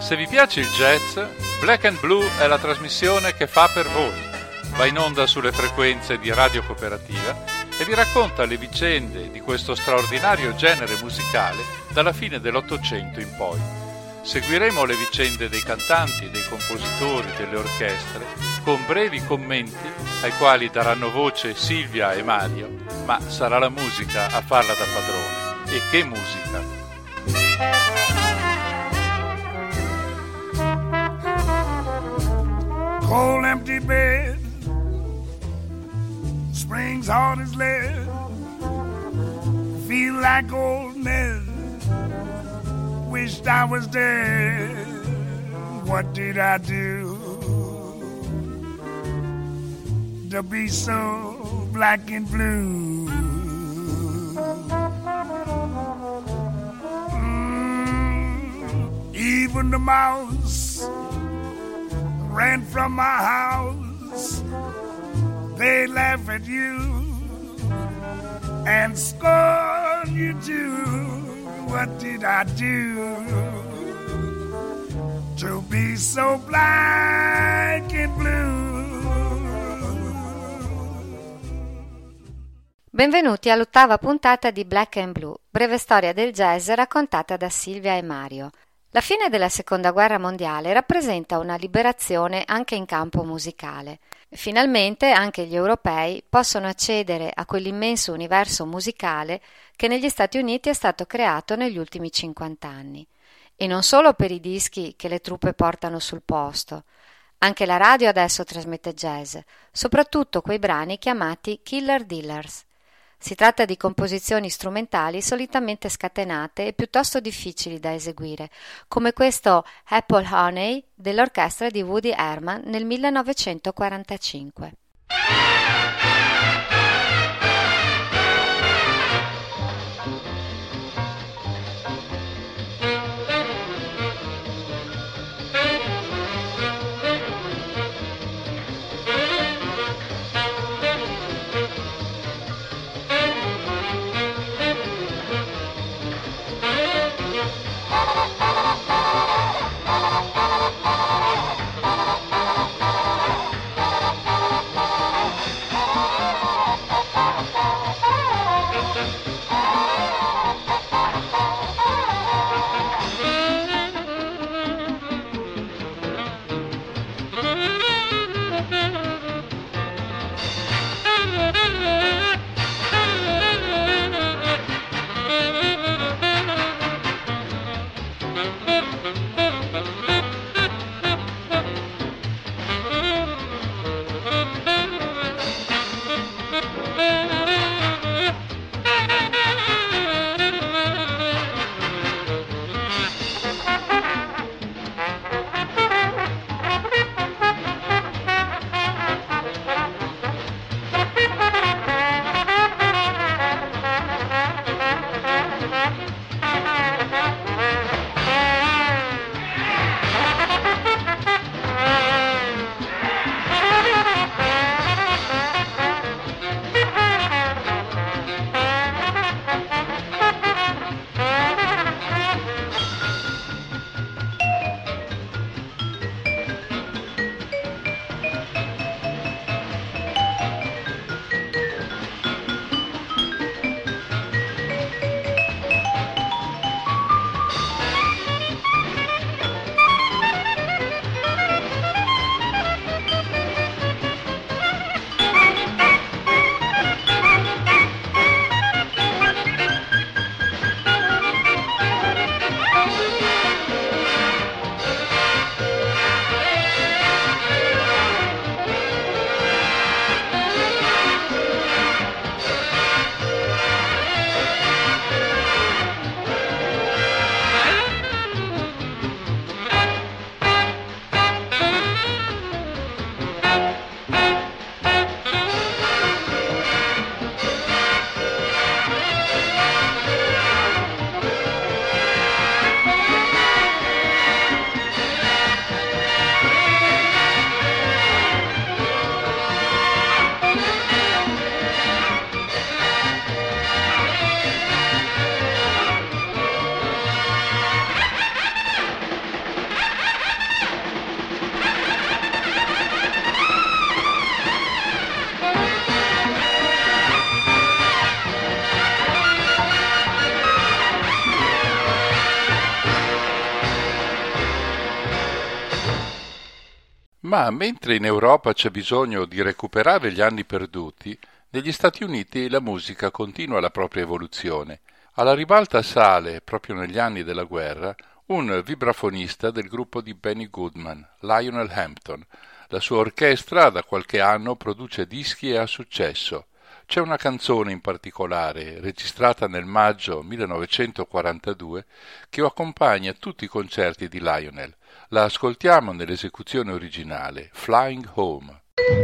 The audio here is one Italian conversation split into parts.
Se vi piace il jazz, Black and Blue è la trasmissione che fa per voi. Va in onda sulle frequenze di Radio Cooperativa e vi racconta le vicende di questo straordinario genere musicale dalla fine dell'Ottocento in poi. Seguiremo le vicende dei cantanti, dei compositori, delle orchestre, con brevi commenti ai quali daranno voce Silvia e Mario, ma sarà la musica a farla da padrone. E che musica! Cold empty bed, springs hard as lead, feel like old Ned, wished I was dead. What did I do to be so black and blue? Even the mouse ran from my house. They laugh at you and scorn you too. What did I do to be so black and blue? Benvenuti all'8ª puntata di Black and Blue, breve storia del jazz raccontata da Silvia e Mario. La fine della Seconda Guerra Mondiale rappresenta una liberazione anche in campo musicale. Finalmente anche gli europei possono accedere a quell'immenso universo musicale che negli Stati Uniti è stato creato negli ultimi 50 anni. E non solo per i dischi che le truppe portano sul posto. Anche la radio adesso trasmette jazz, soprattutto quei brani chiamati killer dillers. Si tratta di composizioni strumentali solitamente scatenate e piuttosto difficili da eseguire, come questo Apple Honey dell'orchestra di Woody Herman nel 1945. Ma mentre in Europa c'è bisogno di recuperare gli anni perduti, negli Stati Uniti la musica continua la propria evoluzione. Alla ribalta sale, proprio negli anni della guerra, un vibrafonista del gruppo di Benny Goodman, Lionel Hampton. La sua orchestra da qualche anno produce dischi e ha successo. C'è una canzone in particolare, registrata nel maggio 1942, che accompagna tutti i concerti di Lionel. La ascoltiamo nell'esecuzione originale, Flying Home.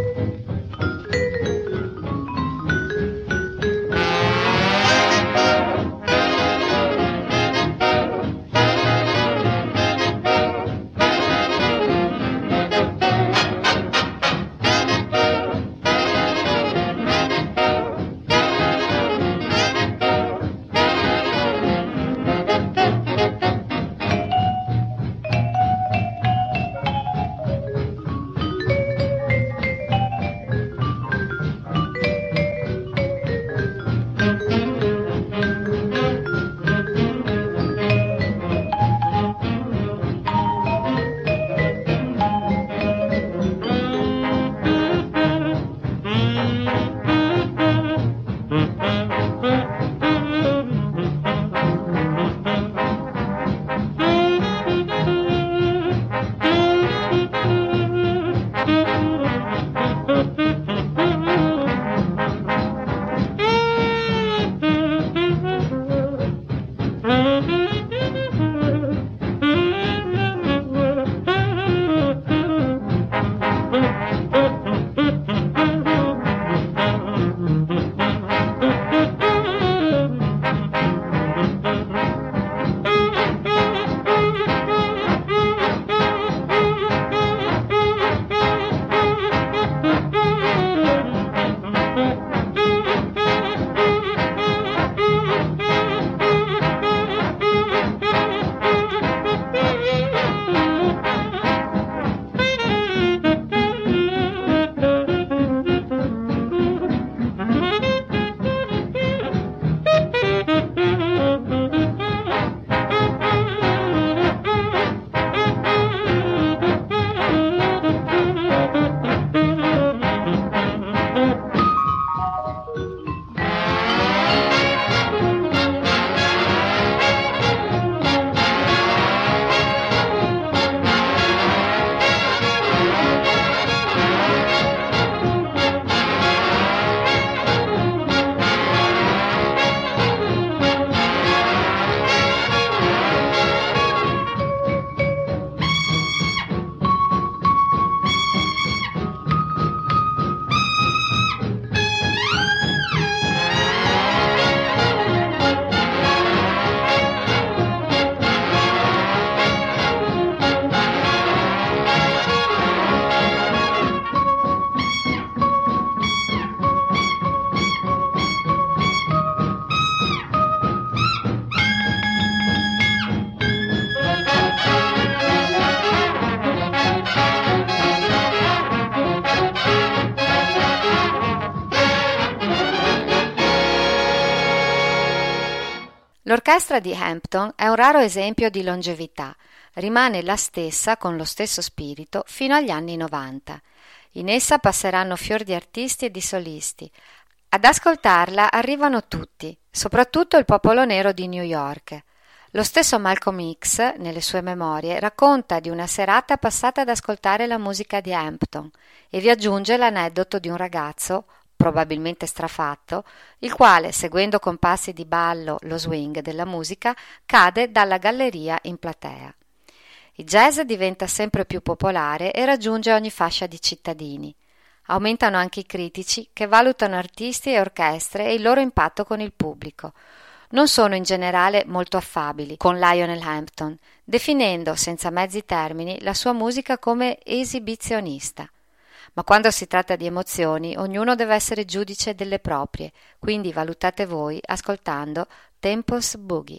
L'orchestra di Hampton è un raro esempio di longevità, rimane la stessa con lo stesso spirito fino agli anni 90. In essa passeranno fior di artisti e di solisti. Ad ascoltarla arrivano tutti, soprattutto il popolo nero di New York. Lo stesso Malcolm X, nelle sue memorie, racconta di una serata passata ad ascoltare la musica di Hampton e vi aggiunge l'aneddoto di un ragazzo, probabilmente strafatto, il quale, seguendo con passi di ballo lo swing della musica, cade dalla galleria in platea. Il jazz diventa sempre più popolare e raggiunge ogni fascia di cittadini. Aumentano anche i critici che valutano artisti e orchestre e il loro impatto con il pubblico. Non sono in generale molto affabili con Lionel Hampton, definendo senza mezzi termini la sua musica come esibizionista. Ma quando si tratta di emozioni, ognuno deve essere giudice delle proprie, quindi valutate voi ascoltando Tempus Boogie.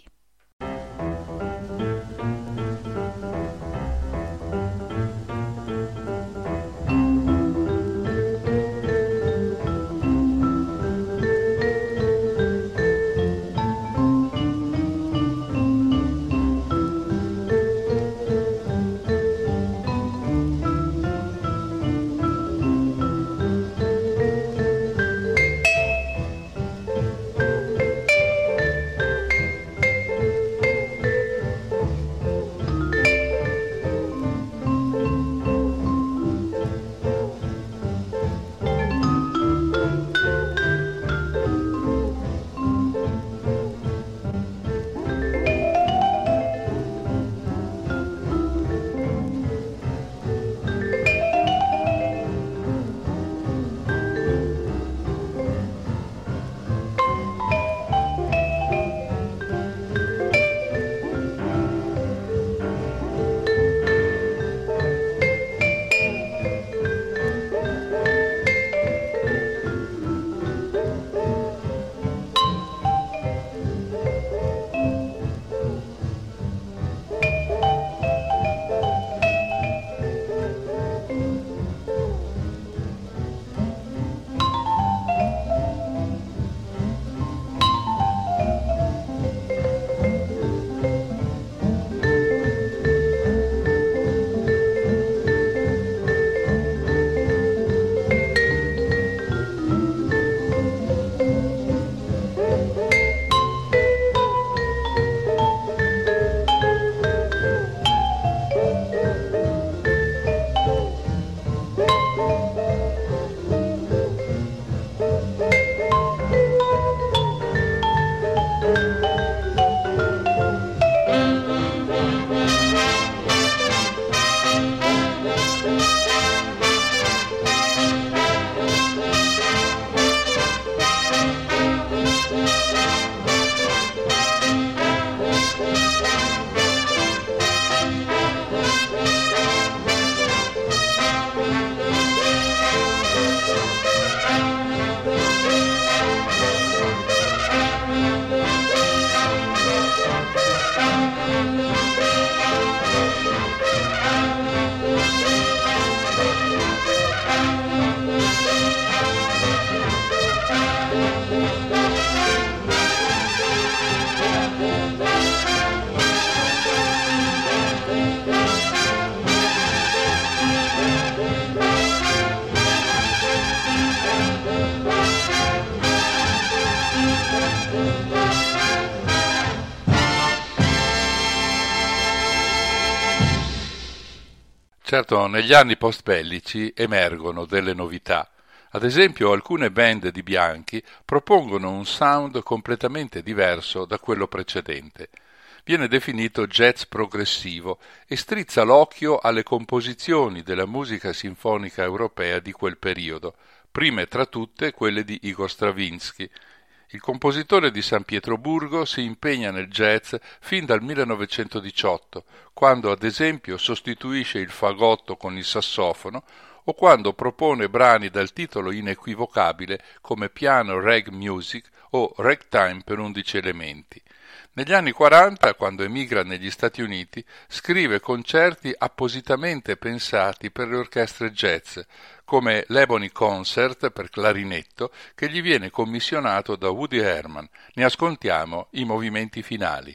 Certo, negli anni post-bellici emergono delle novità. Ad esempio, alcune band di bianchi propongono un sound completamente diverso da quello precedente. Viene definito jazz progressivo e strizza l'occhio alle composizioni della musica sinfonica europea di quel periodo, prime tra tutte quelle di Igor Stravinsky. Il compositore di San Pietroburgo si impegna nel jazz fin dal 1918, quando ad esempio sostituisce il fagotto con il sassofono o quando propone brani dal titolo inequivocabile come Piano Rag Music o Ragtime per 11 elementi. Negli anni 40, quando emigra negli Stati Uniti, scrive concerti appositamente pensati per le orchestre jazz, come l'Ebony Concert per clarinetto che gli viene commissionato da Woody Herman. Ne ascoltiamo i movimenti finali.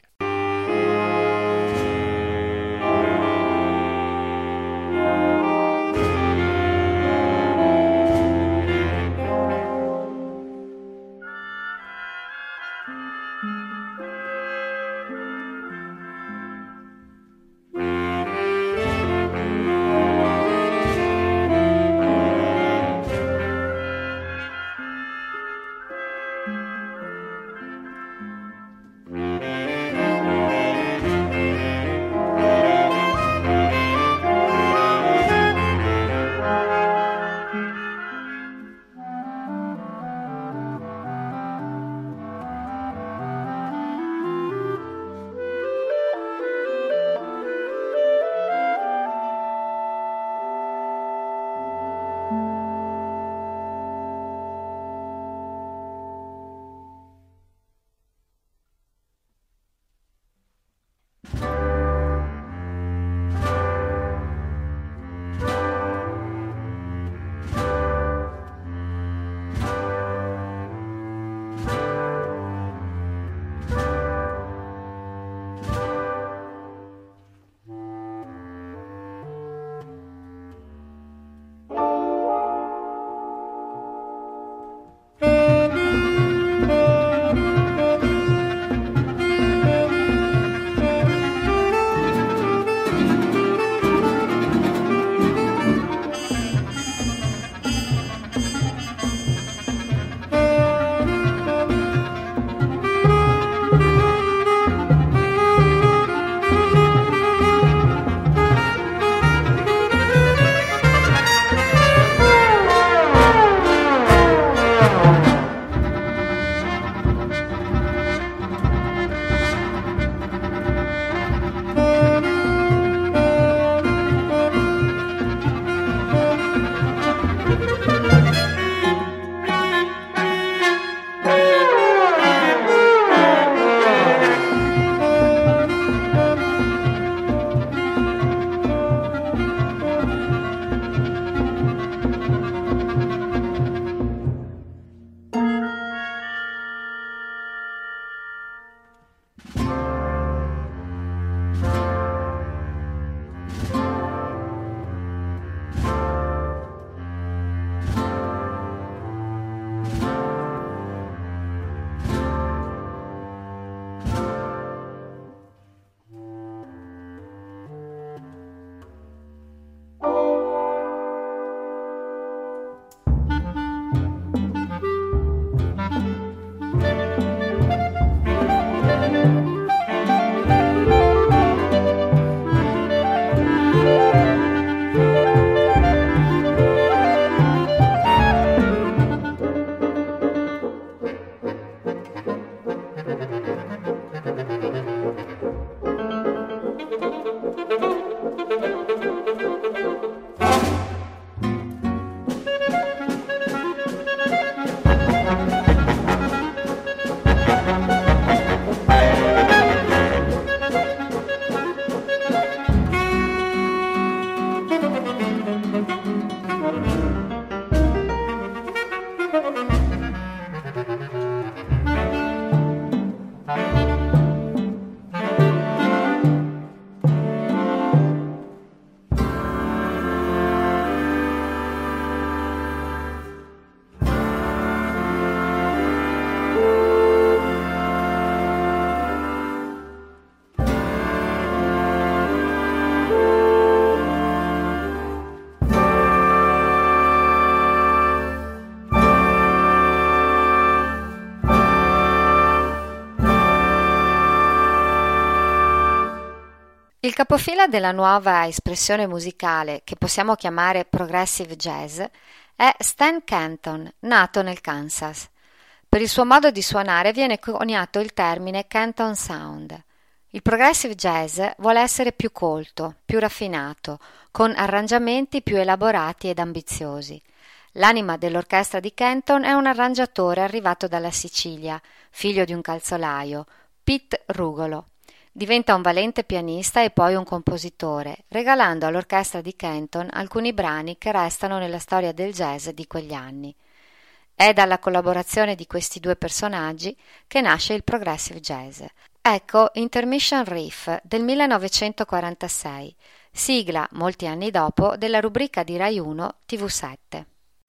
Il capofila della nuova espressione musicale, che possiamo chiamare progressive jazz, è Stan Kenton, nato nel Kansas. Per il suo modo di suonare viene coniato il termine Kenton Sound. Il progressive jazz vuole essere più colto, più raffinato, con arrangiamenti più elaborati ed ambiziosi. L'anima dell'orchestra di Kenton è un arrangiatore arrivato dalla Sicilia, figlio di un calzolaio, Pete Rugolo. Diventa un valente pianista e poi un compositore, regalando all'orchestra di Kenton alcuni brani che restano nella storia del jazz di quegli anni. È dalla collaborazione di questi due personaggi che nasce il progressive jazz. Ecco Intermission Riff del 1946, sigla, molti anni dopo, della rubrica di Rai 1 TV7.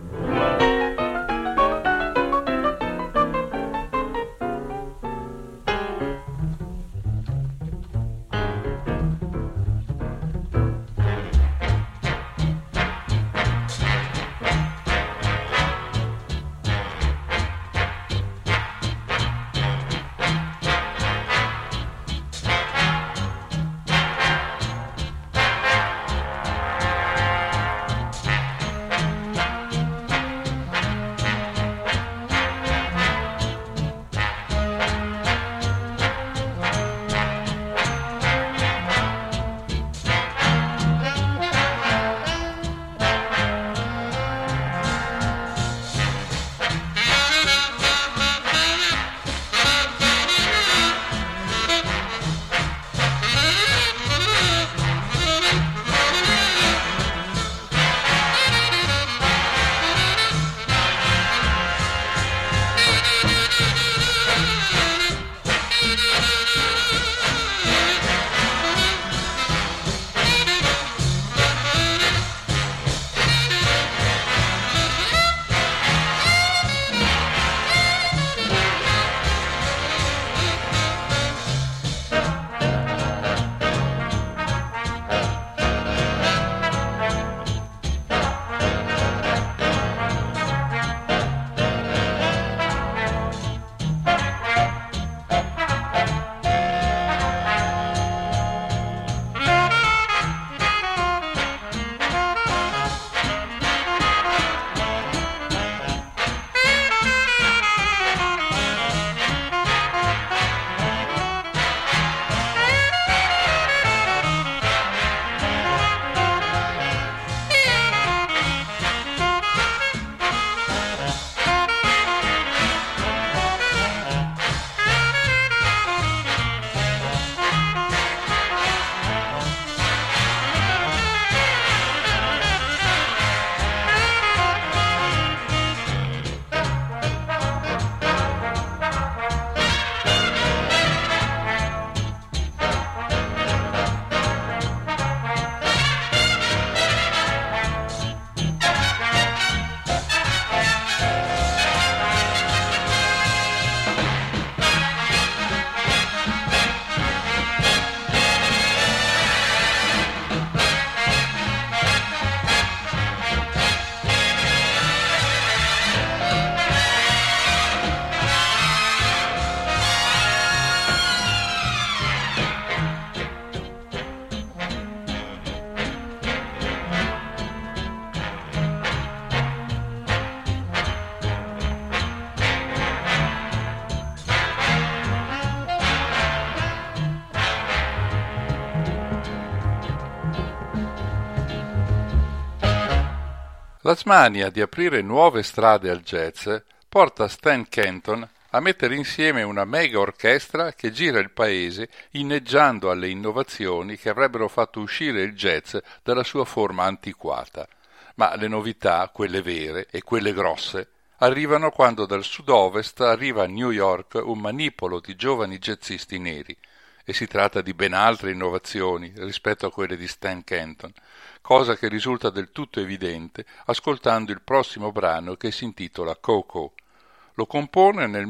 La smania di aprire nuove strade al jazz porta Stan Kenton a mettere insieme una mega orchestra che gira il paese inneggiando alle innovazioni che avrebbero fatto uscire il jazz dalla sua forma antiquata. Ma le novità, quelle vere e quelle grosse, arrivano quando dal sud-ovest arriva a New York un manipolo di giovani jazzisti neri, e si tratta di ben altre innovazioni rispetto a quelle di Stan Kenton, cosa che risulta del tutto evidente ascoltando il prossimo brano che si intitola Coco. Lo compone nel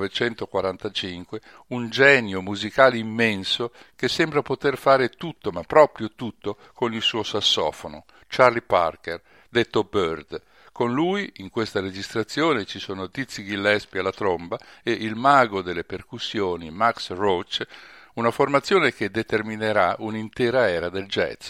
1945 un genio musicale immenso che sembra poter fare tutto, ma proprio tutto, con il suo sassofono, Charlie Parker, detto Bird. Con lui, in questa registrazione, ci sono Dizzy Gillespie alla tromba e il mago delle percussioni Max Roach, una formazione che determinerà un'intera era del jazz.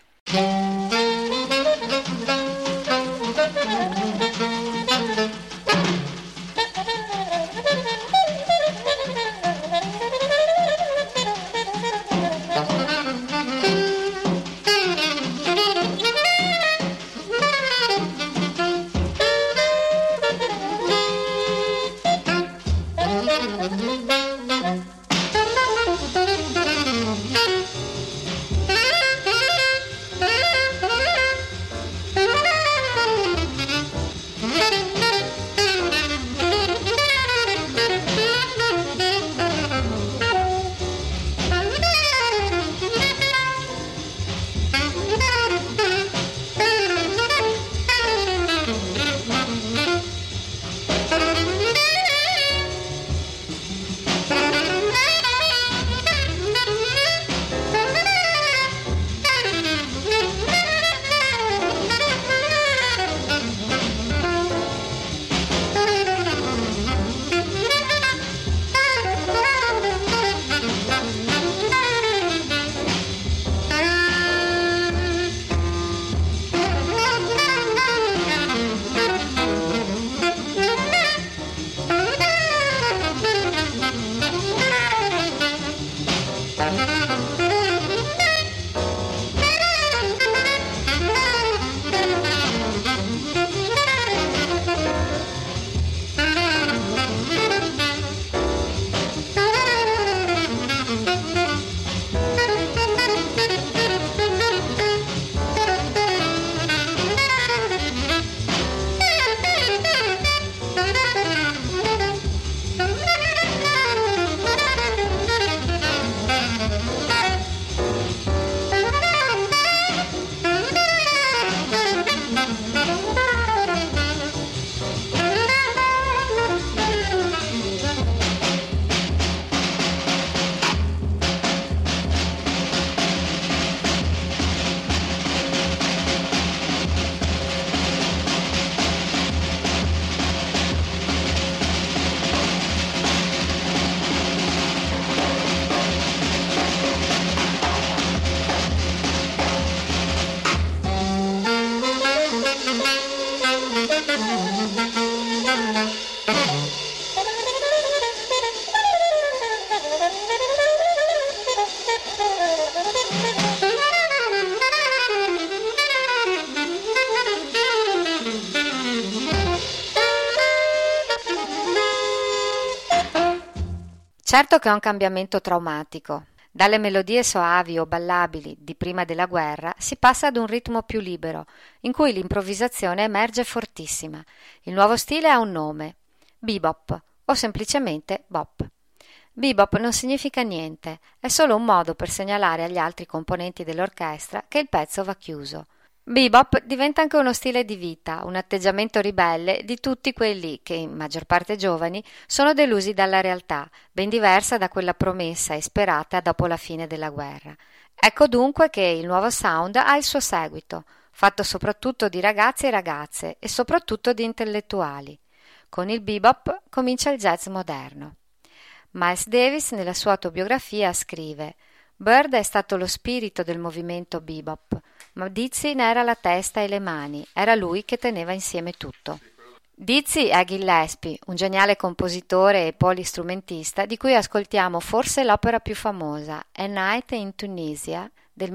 Certo che è un cambiamento traumatico. Dalle melodie soavi o ballabili di prima della guerra si passa ad un ritmo più libero, in cui l'improvvisazione emerge fortissima. Il nuovo stile ha un nome: bebop o semplicemente bop. Bebop non significa niente, è solo un modo per segnalare agli altri componenti dell'orchestra che il pezzo va chiuso. Bebop diventa anche uno stile di vita, un atteggiamento ribelle di tutti quelli che, in maggior parte giovani, sono delusi dalla realtà, ben diversa da quella promessa e sperata dopo la fine della guerra. Ecco dunque che il nuovo sound ha il suo seguito, fatto soprattutto di ragazzi e ragazze e soprattutto di intellettuali. Con il bebop comincia il jazz moderno. Miles Davis nella sua autobiografia scrive: Bird è stato lo spirito del movimento bebop, ma Dizzy ne era la testa e le mani, era lui che teneva insieme tutto. Dizzy è Gillespie, un geniale compositore e polistrumentista di cui ascoltiamo forse l'opera più famosa, A Night in Tunisia del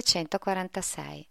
1946.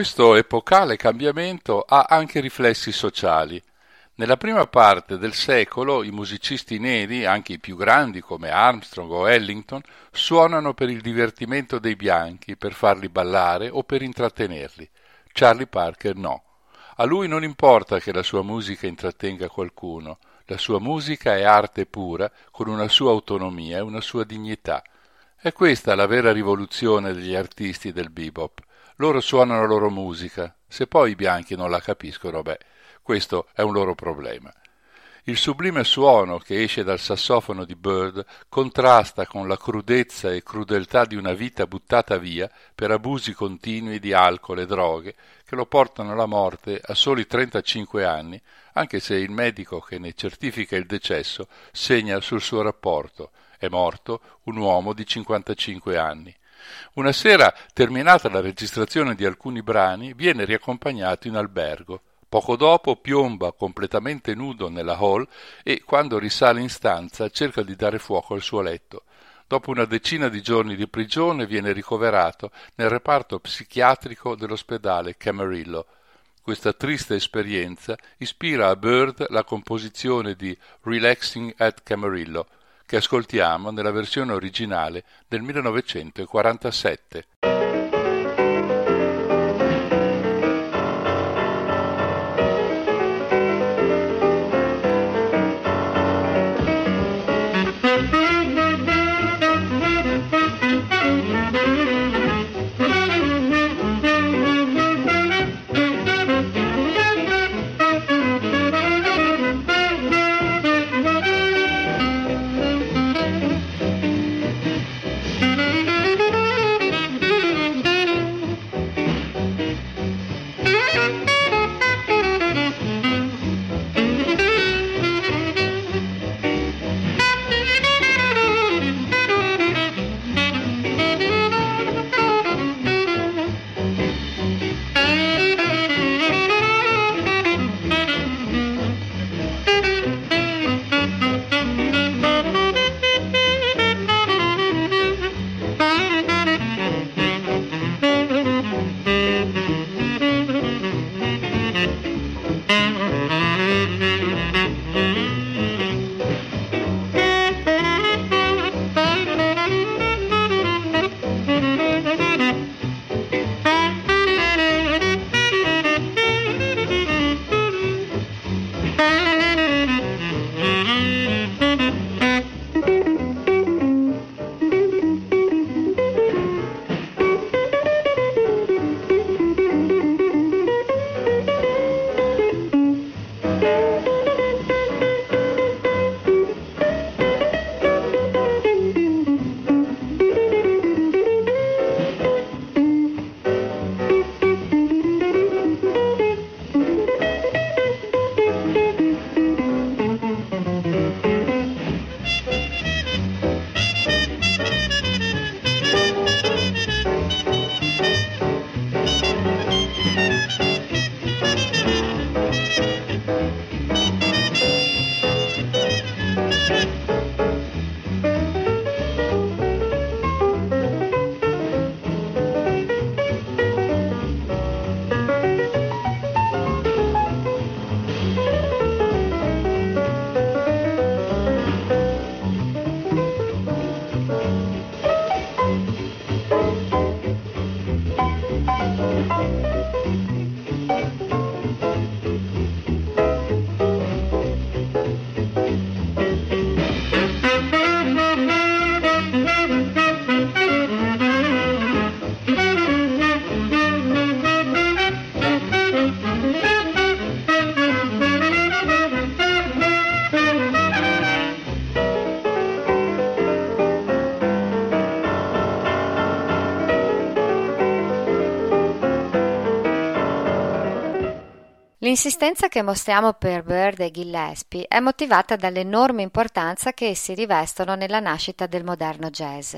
Questo epocale cambiamento ha anche riflessi sociali. Nella prima parte del secolo i musicisti neri, anche i più grandi come Armstrong o Ellington, suonano per il divertimento dei bianchi, per farli ballare o per intrattenerli. Charlie Parker no. A lui non importa che la sua musica intrattenga qualcuno. La sua musica è arte pura, con una sua autonomia e una sua dignità. È questa la vera rivoluzione degli artisti del bebop. Loro suonano la loro musica. Se poi i bianchi non la capiscono, questo è un loro problema. Il sublime suono che esce dal sassofono di Bird contrasta con la crudezza e crudeltà di una vita buttata via per abusi continui di alcol e droghe che lo portano alla morte a soli 35 anni, anche se il medico che ne certifica il decesso segna sul suo rapporto: è morto un uomo di 55 anni. Una sera, terminata la registrazione di alcuni brani, viene riaccompagnato in albergo. Poco dopo piomba completamente nudo nella hall e, quando risale in stanza, cerca di dare fuoco al suo letto. Dopo una decina di giorni di prigione viene ricoverato nel reparto psichiatrico dell'ospedale Camarillo. Questa triste esperienza ispira a Bird la composizione di Relaxing at Camarillo, che ascoltiamo nella versione originale del 1947. L'insistenza che mostriamo per Bird e Gillespie è motivata dall'enorme importanza che essi rivestono nella nascita del moderno jazz.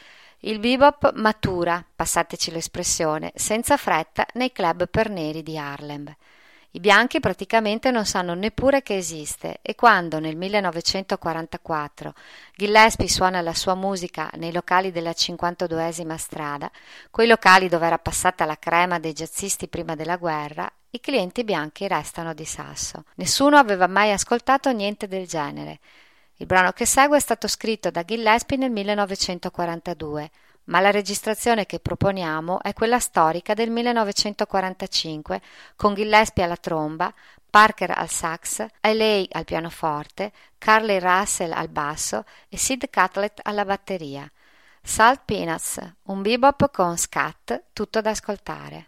Il bebop matura, passateci l'espressione, senza fretta nei club per neri di Harlem. I bianchi praticamente non sanno neppure che esiste e quando nel 1944 Gillespie suona la sua musica nei locali della 52esima strada, quei locali dove era passata la crema dei jazzisti prima della guerra, i clienti bianchi restano di sasso. Nessuno aveva mai ascoltato niente del genere. Il brano che segue è stato scritto da Gillespie nel 1942, ma la registrazione che proponiamo è quella storica del 1945 con Gillespie alla tromba, Parker al sax, Haley al pianoforte, Carly Russell al basso e Sid Catlett alla batteria. Salt Peanuts, un bebop con scat, tutto da ascoltare.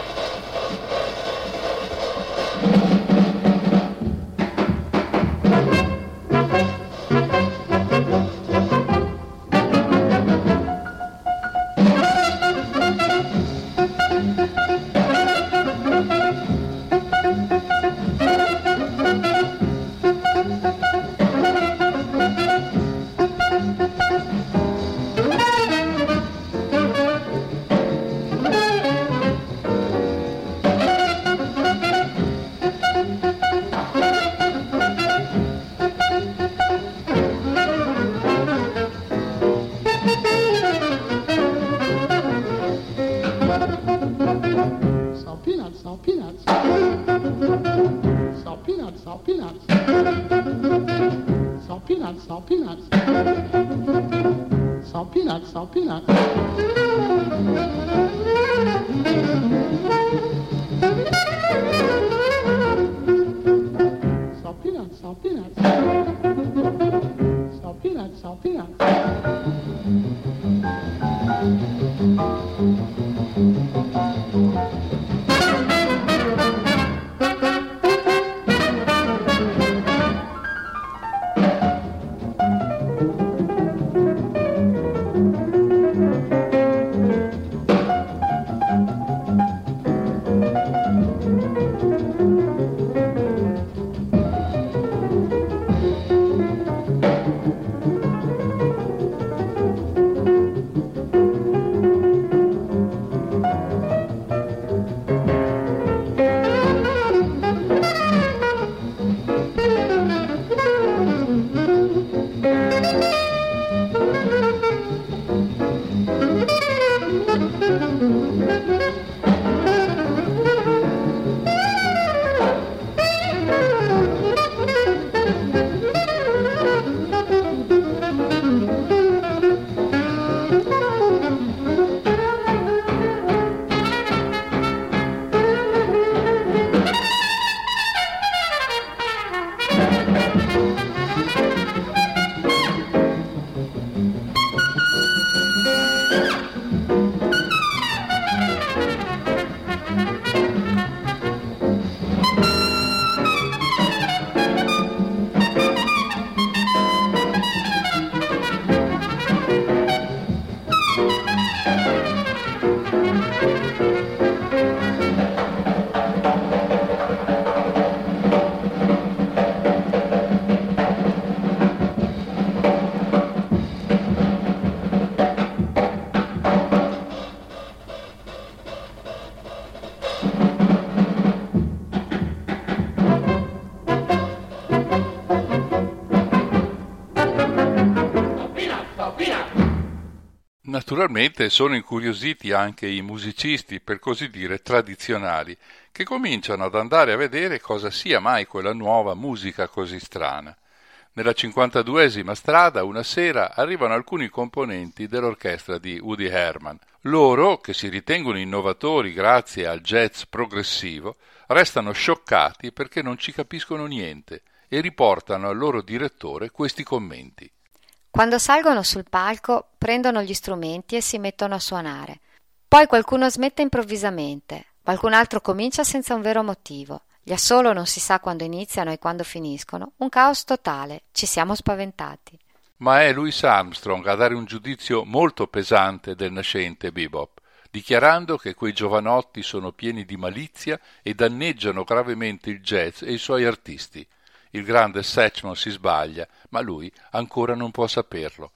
Naturalmente sono incuriositi anche i musicisti, per così dire, tradizionali, che cominciano ad andare a vedere cosa sia mai quella nuova musica così strana. Nella 52esima strada, una sera, arrivano alcuni componenti dell'orchestra di Woody Herman. Loro, che si ritengono innovatori grazie al jazz progressivo, restano scioccati perché non ci capiscono niente e riportano al loro direttore questi commenti. Quando salgono sul palco, prendono gli strumenti e si mettono a suonare. Poi qualcuno smette improvvisamente, qualcun altro comincia senza un vero motivo. Gli assolo non si sa quando iniziano e quando finiscono. Un caos totale, ci siamo spaventati. Ma è Louis Armstrong a dare un giudizio molto pesante del nascente bebop, dichiarando che quei giovanotti sono pieni di malizia e danneggiano gravemente il jazz e i suoi artisti. Il grande Satchmo si sbaglia, ma lui ancora non può saperlo.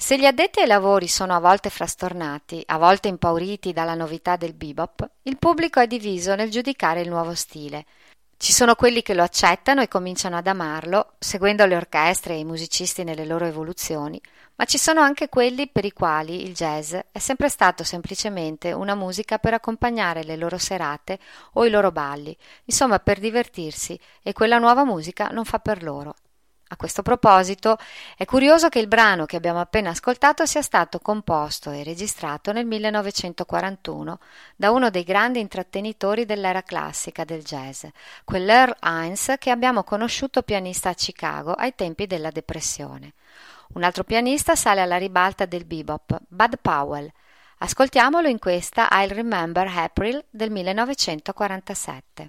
Se gli addetti ai lavori sono a volte frastornati, a volte impauriti dalla novità del bebop, il pubblico è diviso nel giudicare il nuovo stile. Ci sono quelli che lo accettano e cominciano ad amarlo, seguendo le orchestre e i musicisti nelle loro evoluzioni, ma ci sono anche quelli per i quali il jazz è sempre stato semplicemente una musica per accompagnare le loro serate o i loro balli, insomma per divertirsi, e quella nuova musica non fa per loro. A questo proposito, è curioso che il brano che abbiamo appena ascoltato sia stato composto e registrato nel 1941 da uno dei grandi intrattenitori dell'era classica del jazz, quell'Earl Hines che abbiamo conosciuto pianista a Chicago ai tempi della Depressione. Un altro pianista sale alla ribalta del bebop, Bud Powell. Ascoltiamolo in questa I'll Remember April del 1947.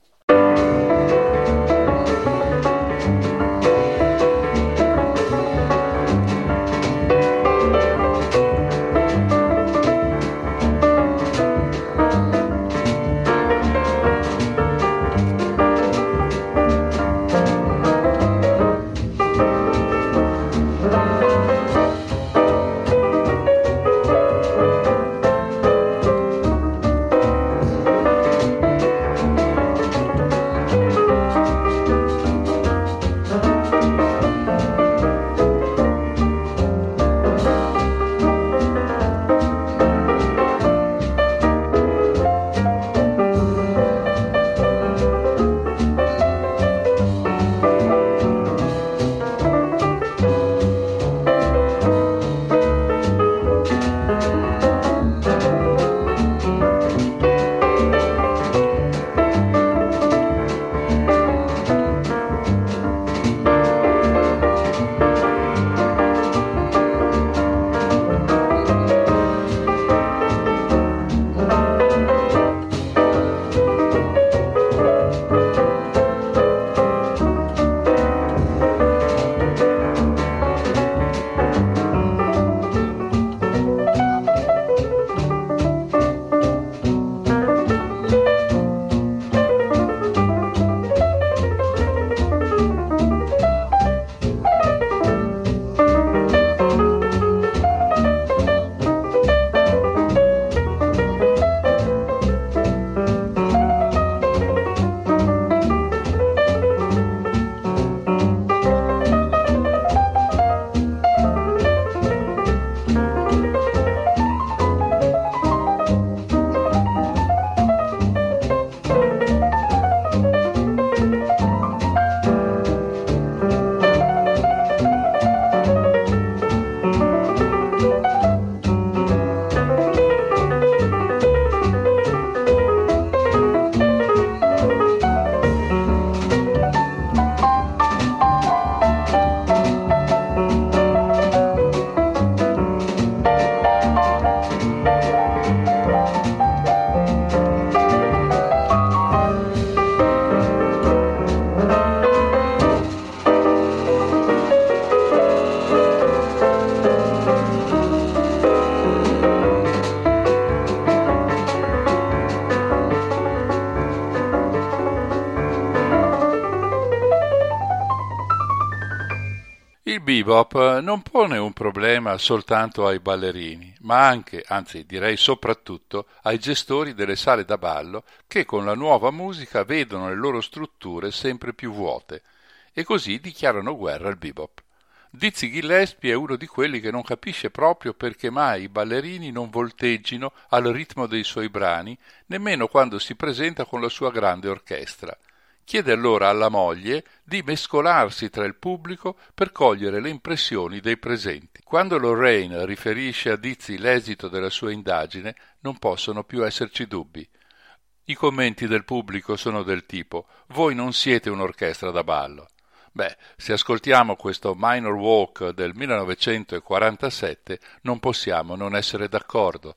Il bebop non pone un problema soltanto ai ballerini, ma anche, anzi direi soprattutto, ai gestori delle sale da ballo che con la nuova musica vedono le loro strutture sempre più vuote e così dichiarano guerra al bebop. Dizzy Gillespie è uno di quelli che non capisce proprio perché mai i ballerini non volteggino al ritmo dei suoi brani, nemmeno quando si presenta con la sua grande orchestra. Chiede allora alla moglie di mescolarsi tra il pubblico per cogliere le impressioni dei presenti. Quando Lorraine riferisce a Dizzy l'esito della sua indagine, non possono più esserci dubbi. I commenti del pubblico sono del tipo: voi non siete un'orchestra da ballo. Beh, se ascoltiamo questo Minor Walk del 1947 non possiamo non essere d'accordo.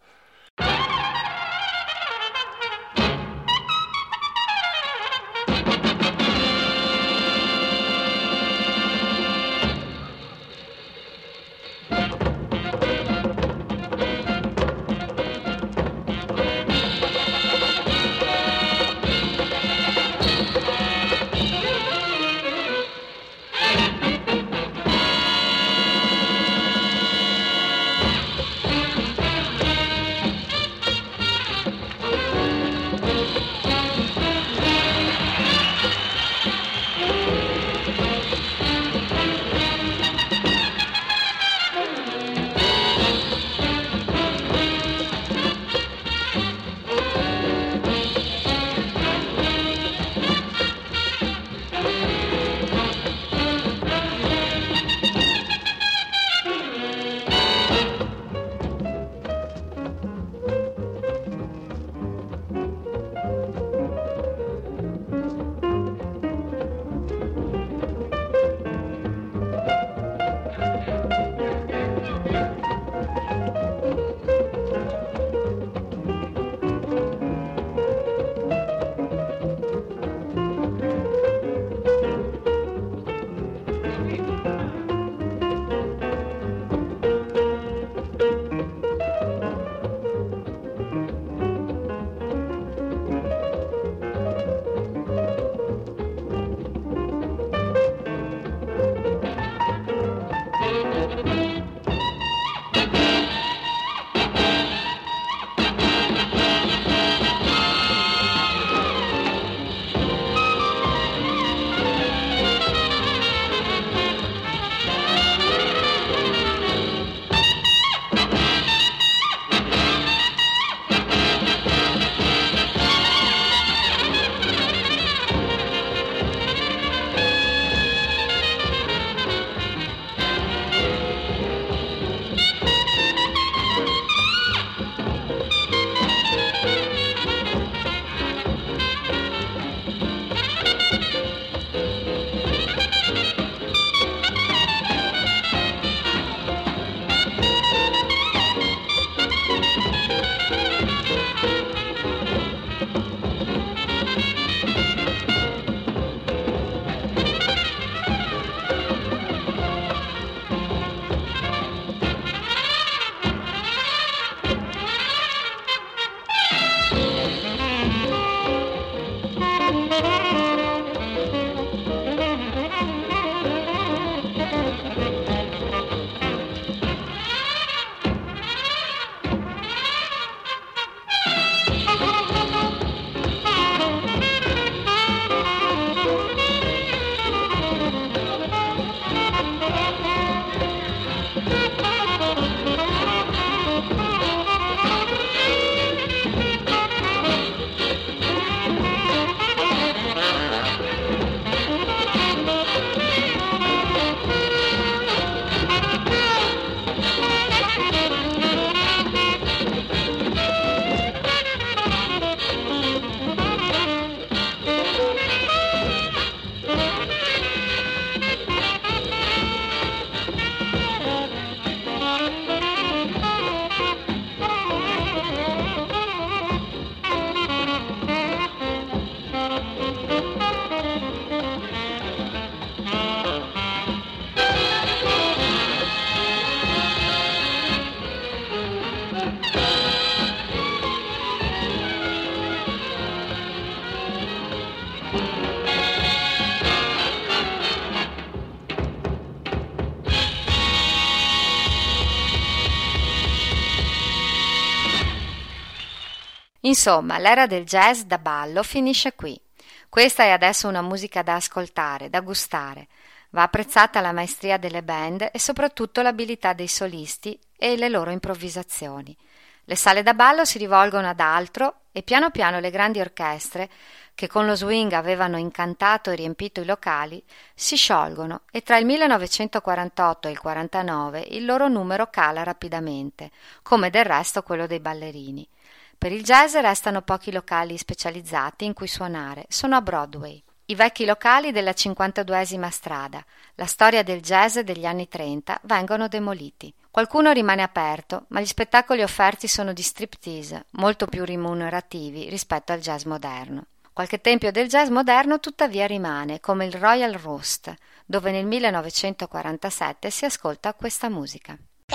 Insomma, l'era del jazz da ballo finisce qui. Questa è adesso una musica da ascoltare, da gustare. Va apprezzata la maestria delle band e soprattutto l'abilità dei solisti e le loro improvvisazioni. Le sale da ballo si rivolgono ad altro e piano piano le grandi orchestre, che con lo swing avevano incantato e riempito i locali, si sciolgono e tra il 1948 e il 49 il loro numero cala rapidamente, come del resto quello dei ballerini. Per il jazz restano pochi locali specializzati in cui suonare, sono a Broadway. I vecchi locali della 52esima strada, la storia del jazz degli anni 30, vengono demoliti. Qualcuno rimane aperto, ma gli spettacoli offerti sono di striptease, molto più remunerativi rispetto al jazz moderno. Qualche tempio del jazz moderno tuttavia rimane, come il Royal Roast, dove nel 1947 si ascolta questa musica.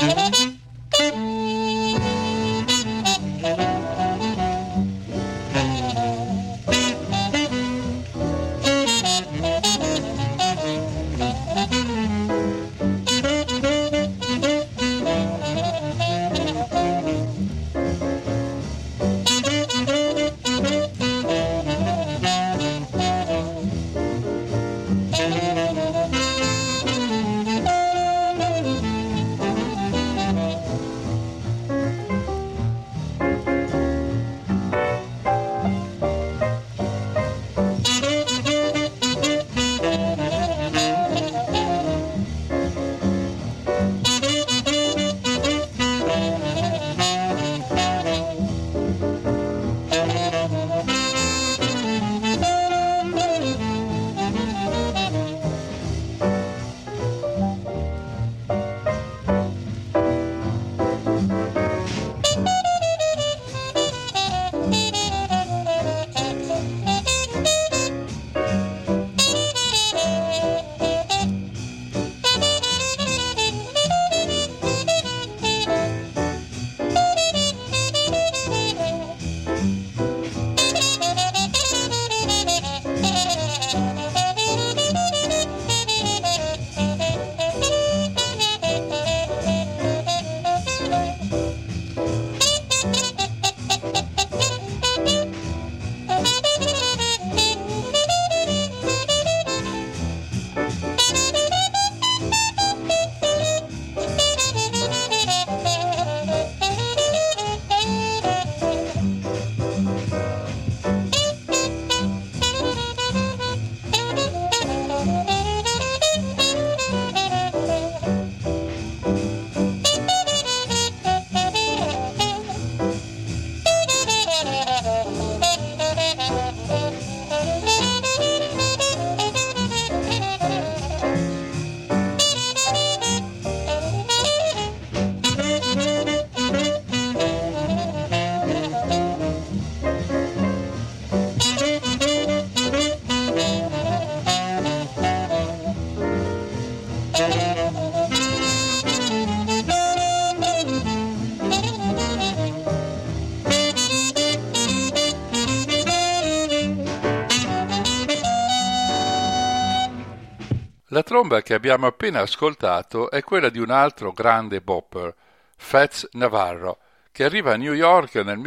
La tromba che abbiamo appena ascoltato è quella di un altro grande bopper, Fats Navarro, che arriva a New York nel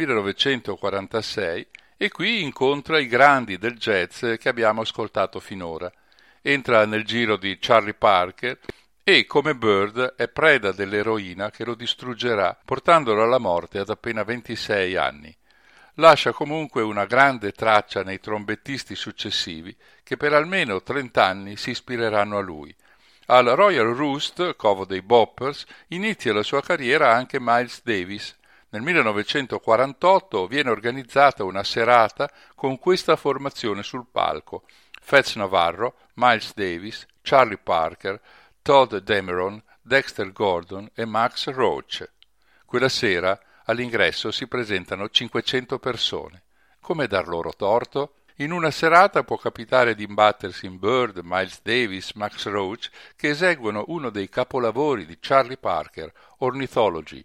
1946 e qui incontra i grandi del jazz che abbiamo ascoltato finora. Entra nel giro di Charlie Parker e, come Bird, è preda dell'eroina che lo distruggerà, portandolo alla morte ad appena 26 anni. Lascia comunque una grande traccia nei trombettisti successivi che per almeno 30 anni si ispireranno a lui. Al Royal Roost, covo dei Boppers, inizia la sua carriera anche Miles Davis. Nel 1948 viene organizzata una serata con questa formazione sul palco: Fats Navarro, Miles Davis, Charlie Parker, Todd Dameron, Dexter Gordon e Max Roach. Quella sera all'ingresso si presentano 500 persone. Come dar loro torto? In una serata può capitare di imbattersi in Bird, Miles Davis, Max Roach, che eseguono uno dei capolavori di Charlie Parker, Ornithology.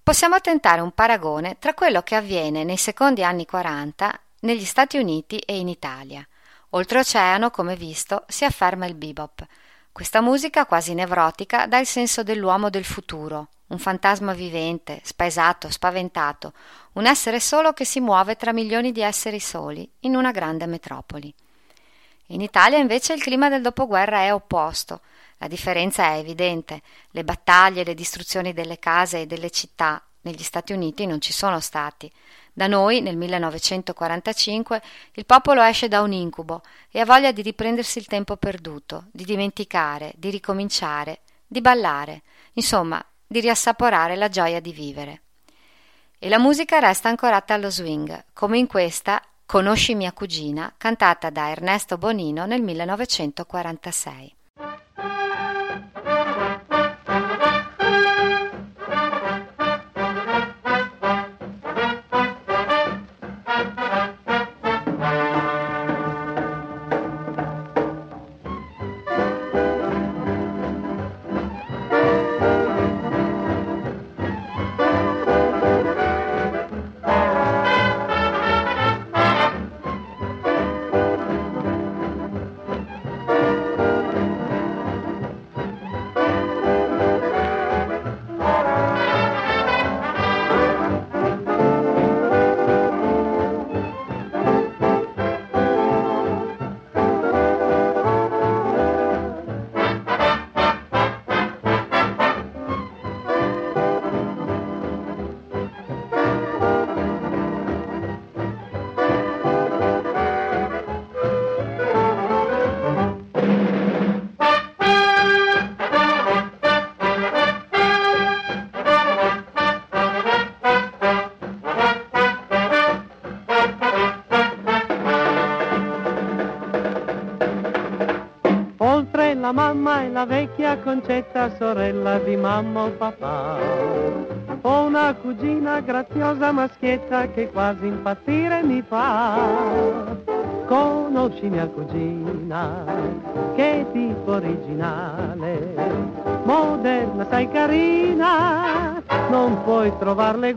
possiamo tentare un paragone tra quello che avviene nei secondi anni 40 negli Stati Uniti e in Italia. Oltreoceano, come visto, si afferma il bebop. Questa musica quasi nevrotica dà il senso dell'uomo del futuro, un fantasma vivente, spaesato, spaventato, un essere solo che si muove tra milioni di esseri soli in una grande metropoli. In Italia invece il clima del dopoguerra è opposto. La differenza è evidente. Le battaglie, le distruzioni delle case e delle città negli Stati Uniti non ci sono stati. Da noi, nel 1945, il popolo esce da un incubo e ha voglia di riprendersi il tempo perduto, di dimenticare, di ricominciare, di ballare, insomma, di riassaporare la gioia di vivere. E la musica resta ancorata allo swing, come in questa Conosci mia cugina, cantata da Ernesto Bonino nel 1946. La mamma e la vecchia Concetta, sorella di mamma o papà. Ho una cugina graziosa maschietta che quasi impazzire mi fa. Conosci mia cugina, che tipo originale, moderna, sai carina, non puoi trovarle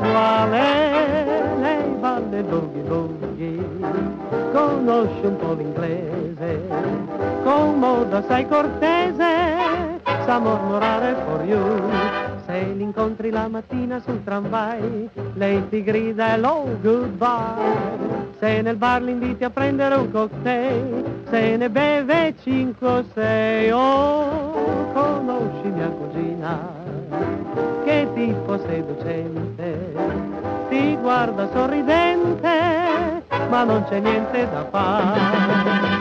uguale. Lei balle boogie boogie, conosce un po' l'inglese, con moda sai cortese, sa mormorare for you. Se l'incontri la mattina sul tramvai, lei ti grida hello, goodbye. Se nel bar l'inviti a prendere un cocktail, se ne beve 5 o 6. Oh, conosci mia cugina, che tipo seducente, ti guarda sorridente, ma non c'è niente da fare.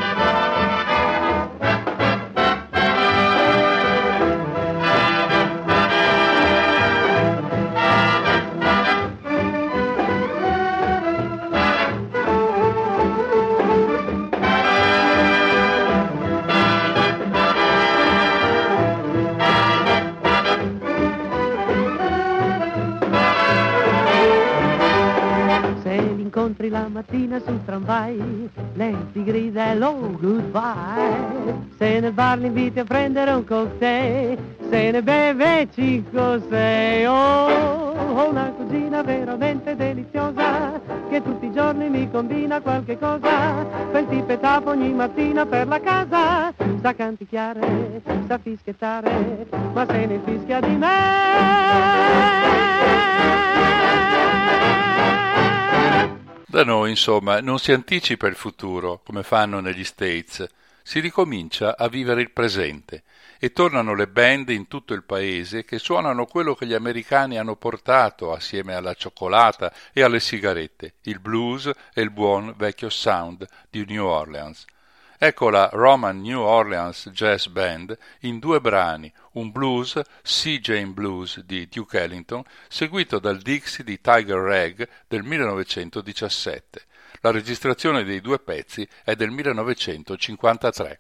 La mattina sul tramvai, lei ti grida hello, goodbye. Se nel bar l'inviti a prendere un cocktail, se ne beve 5 o 6. Oh, ho una cugina veramente deliziosa, che tutti i giorni mi combina qualche cosa. Quel tipetapo ogni mattina per la casa, sa canticchiare, sa fischiettare, ma se ne fischia di me. Da noi, insomma, non si anticipa il futuro, come fanno negli States, si ricomincia a vivere il presente e tornano le band in tutto il paese che suonano quello che gli americani hanno portato assieme alla cioccolata e alle sigarette, il blues e il buon vecchio sound di New Orleans. Ecco la Roman New Orleans Jazz Band in 2 brani, un blues, Sea Jane Blues di Duke Ellington, seguito dal Dixie di Tiger Rag del 1917. La registrazione dei 2 pezzi è del 1953.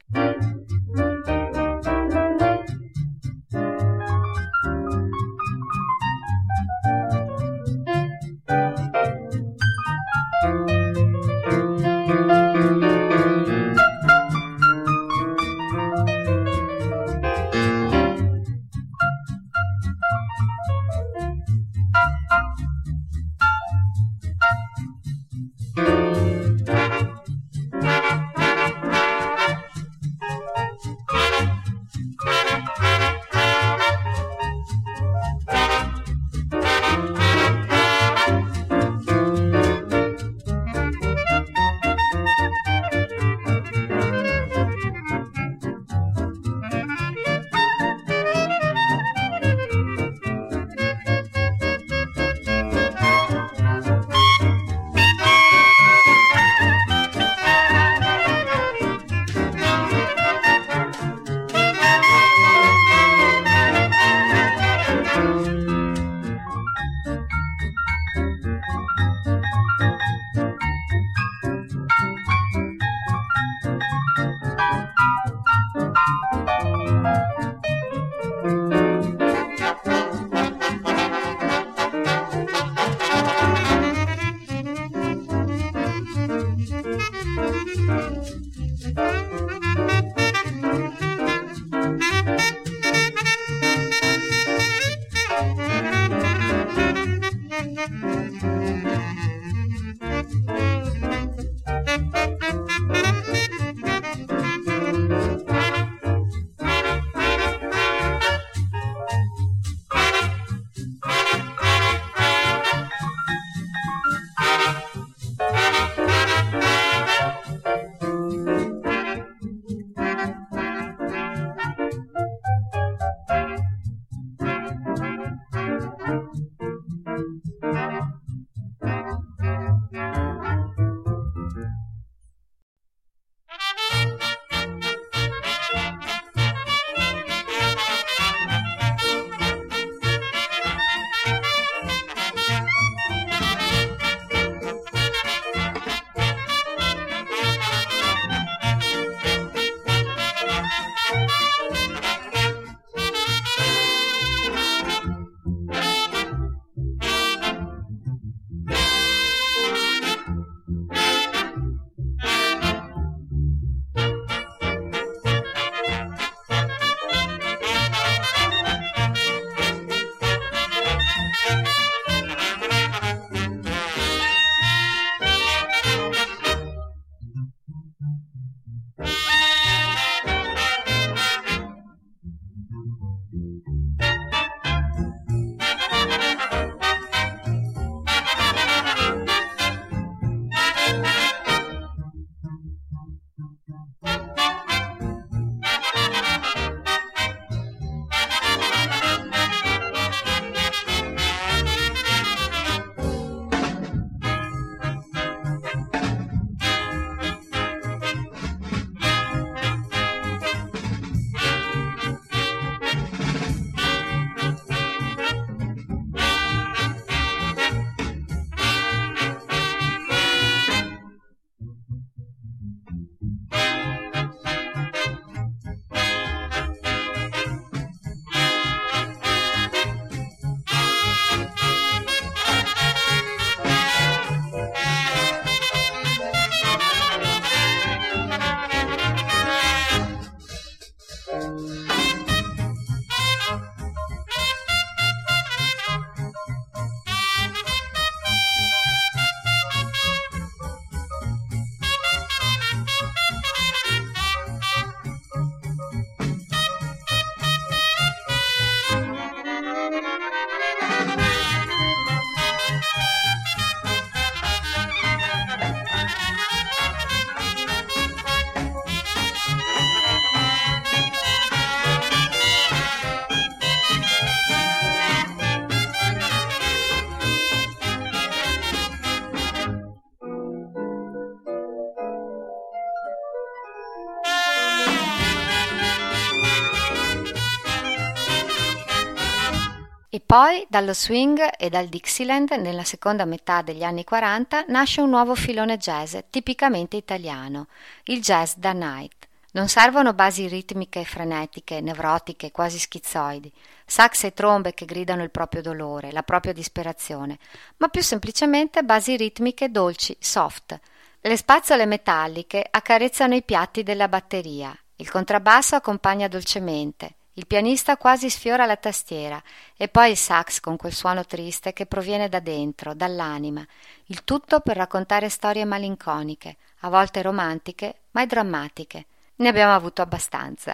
E poi dallo swing e dal Dixieland nella seconda metà degli anni 40 nasce un nuovo filone jazz tipicamente italiano, il jazz da night. Non servono basi ritmiche frenetiche, nevrotiche, quasi schizoidi, sax e trombe che gridano il proprio dolore, la propria disperazione, ma più semplicemente basi ritmiche dolci, soft. Le spazzole metalliche accarezzano i piatti della batteria, il contrabbasso accompagna dolcemente, il pianista quasi sfiora la tastiera e poi il sax con quel suono triste che proviene da dentro, dall'anima, il tutto per raccontare storie malinconiche, a volte romantiche, mai drammatiche. Ne abbiamo avuto abbastanza.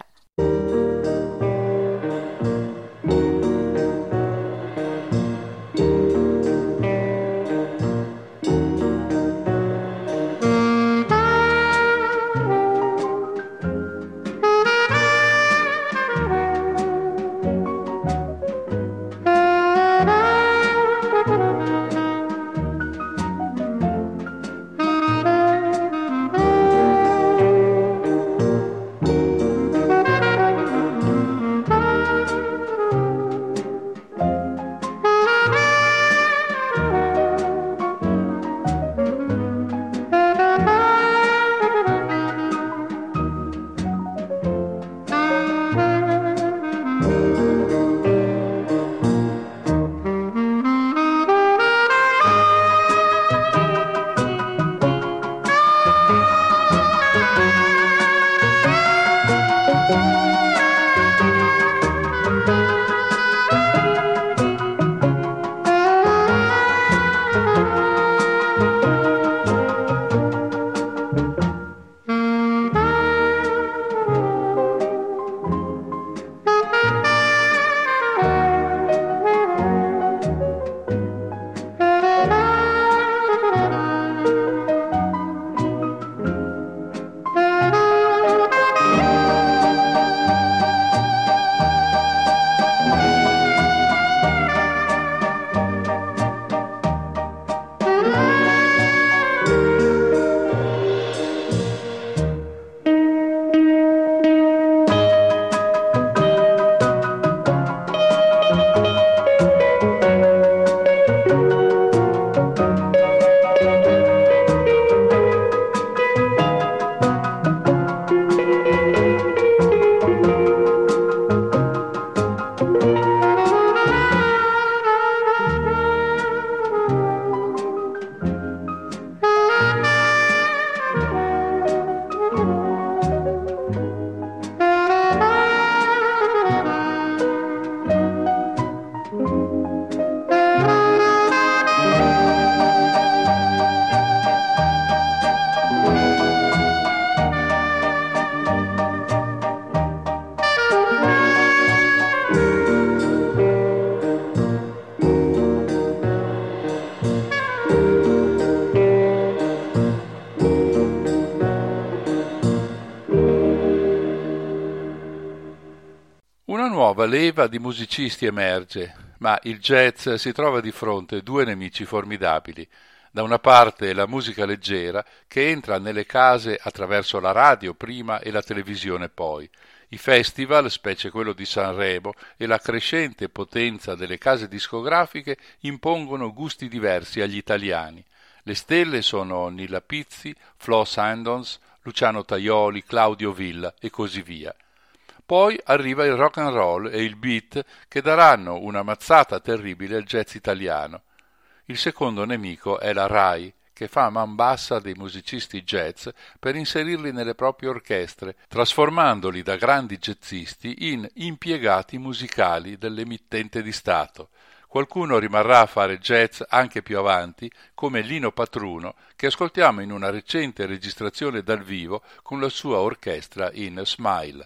nuova leva di musicisti emerge, ma il jazz si trova di fronte a due nemici formidabili. Da una parte la musica leggera che entra nelle case attraverso la radio prima e la televisione poi. I festival, specie quello di Sanremo, e la crescente potenza delle case discografiche impongono gusti diversi agli italiani. Le stelle sono Nilla Pizzi, Flo Sandons, Luciano Tajoli, Claudio Villa e così via. Poi arriva il rock and roll e il beat che daranno una mazzata terribile al jazz italiano. Il secondo nemico è la RAI, che fa man bassa dei musicisti jazz per inserirli nelle proprie orchestre, trasformandoli da grandi jazzisti in impiegati musicali dell'emittente di Stato. Qualcuno rimarrà a fare jazz anche più avanti, come Lino Patruno, che ascoltiamo in una recente registrazione dal vivo con la sua orchestra in Smile.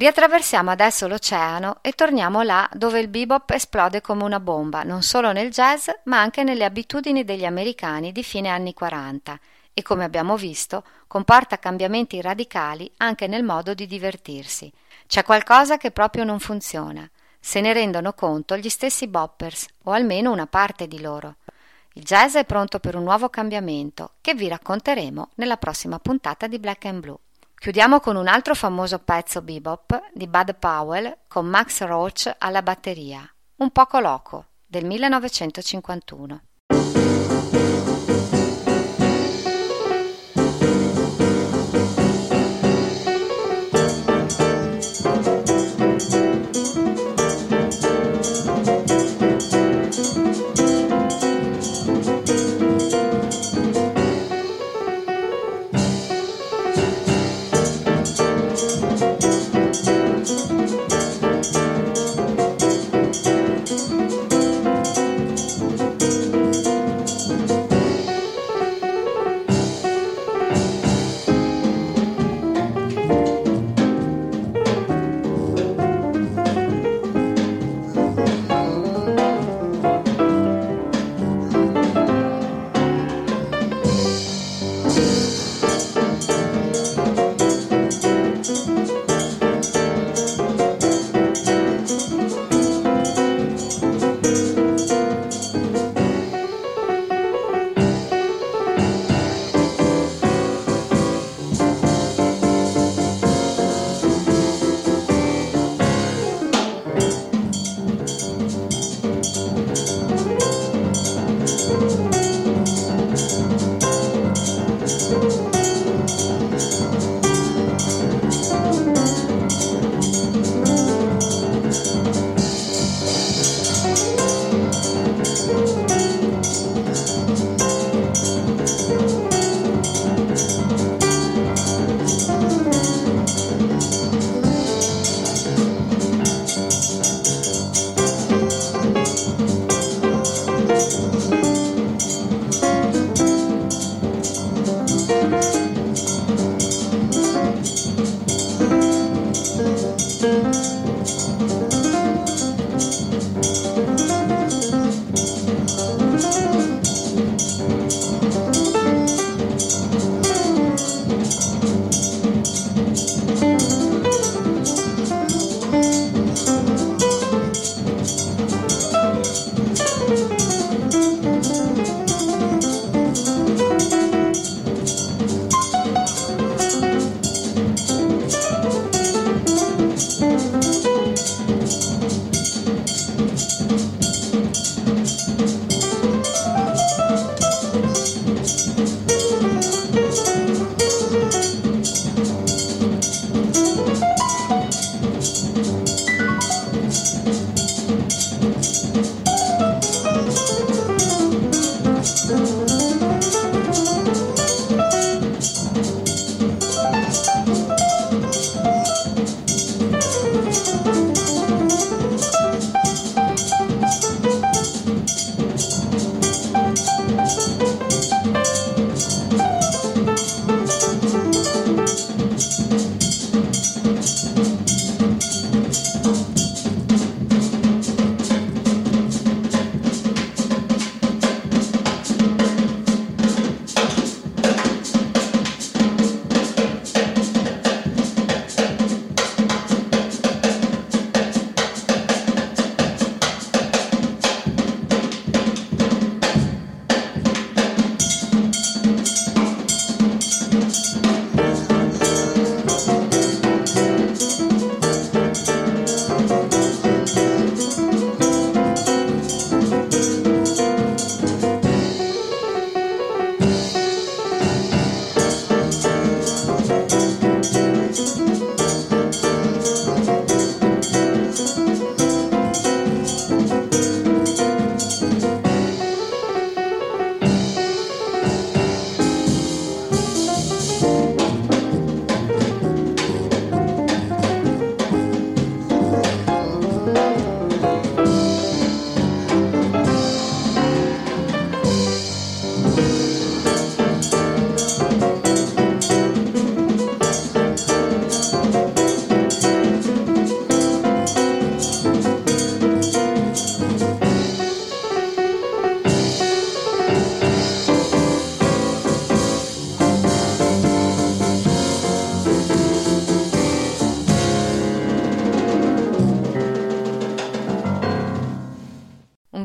Riattraversiamo adesso l'oceano e torniamo là dove il bebop esplode come una bomba, non solo nel jazz, ma anche nelle abitudini degli americani di fine anni 40 e, come abbiamo visto, comporta cambiamenti radicali anche nel modo di divertirsi. C'è qualcosa che proprio non funziona. Se ne rendono conto gli stessi boppers, o almeno una parte di loro. Il jazz è pronto per un nuovo cambiamento che vi racconteremo nella prossima puntata di Black and Blue. Chiudiamo con un altro famoso pezzo bebop di Bud Powell con Max Roach alla batteria, Un poco loco, del 1951.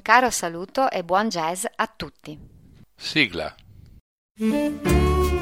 caro saluto e buon jazz a tutti. Sigla.